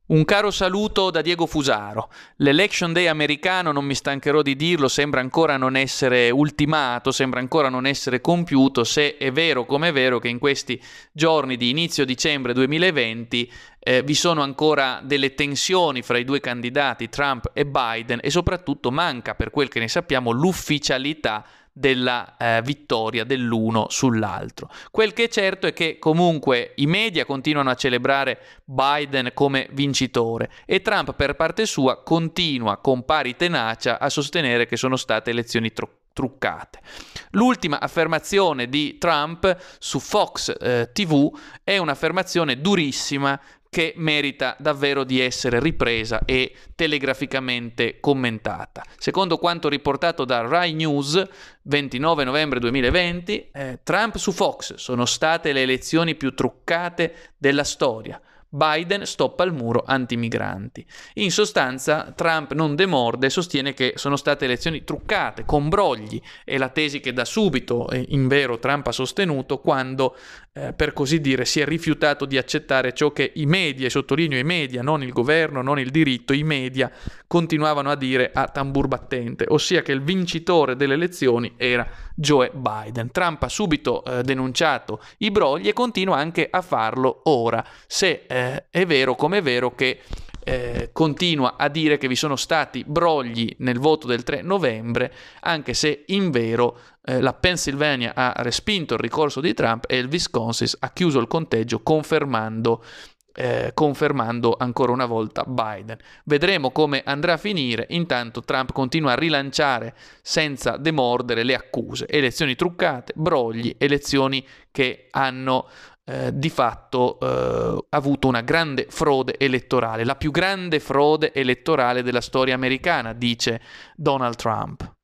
Un caro saluto da Diego Fusaro. L'Election Day americano, non mi stancherò di dirlo, sembra ancora non essere ultimato, sembra ancora non essere compiuto, se è vero come è vero che in questi giorni di inizio dicembre 2020 vi sono ancora delle tensioni fra i due candidati, Trump e Biden, e soprattutto manca, per quel che ne sappiamo, l'ufficialità della vittoria dell'uno sull'altro. Quel che è certo è che comunque i media continuano a celebrare Biden come vincitore e Trump per parte sua continua con pari tenacia a sostenere che sono state elezioni truccate. L'ultima affermazione di Trump su Fox TV è un'affermazione durissima che merita davvero di essere ripresa e telegraficamente commentata. Secondo quanto riportato da Rai News, 29 novembre 2020, Trump su Fox: sono state le elezioni più truccate della storia. Biden stoppa il muro antimigranti. In sostanza, Trump non demorde e sostiene che sono state elezioni truccate, con brogli, è la tesi che da subito, in vero, Trump ha sostenuto quando, per così dire, si è rifiutato di accettare ciò che i media, e sottolineo i media, non il governo, non il diritto, i media continuavano a dire a tambur battente, ossia che il vincitore delle elezioni era Joe Biden. Trump ha subito denunciato i brogli e continua anche a farlo ora, se è vero come è vero che continua a dire che vi sono stati brogli nel voto del 3 novembre, anche se in vero la Pennsylvania ha respinto il ricorso di Trump e il Wisconsin ha chiuso il conteggio confermando ancora una volta Biden. Vedremo come andrà a finire. Intanto Trump continua a rilanciare senza demordere le accuse: elezioni truccate, brogli, elezioni che hanno di fatto avuto una grande frode elettorale, la più grande frode elettorale della storia americana, dice Donald Trump.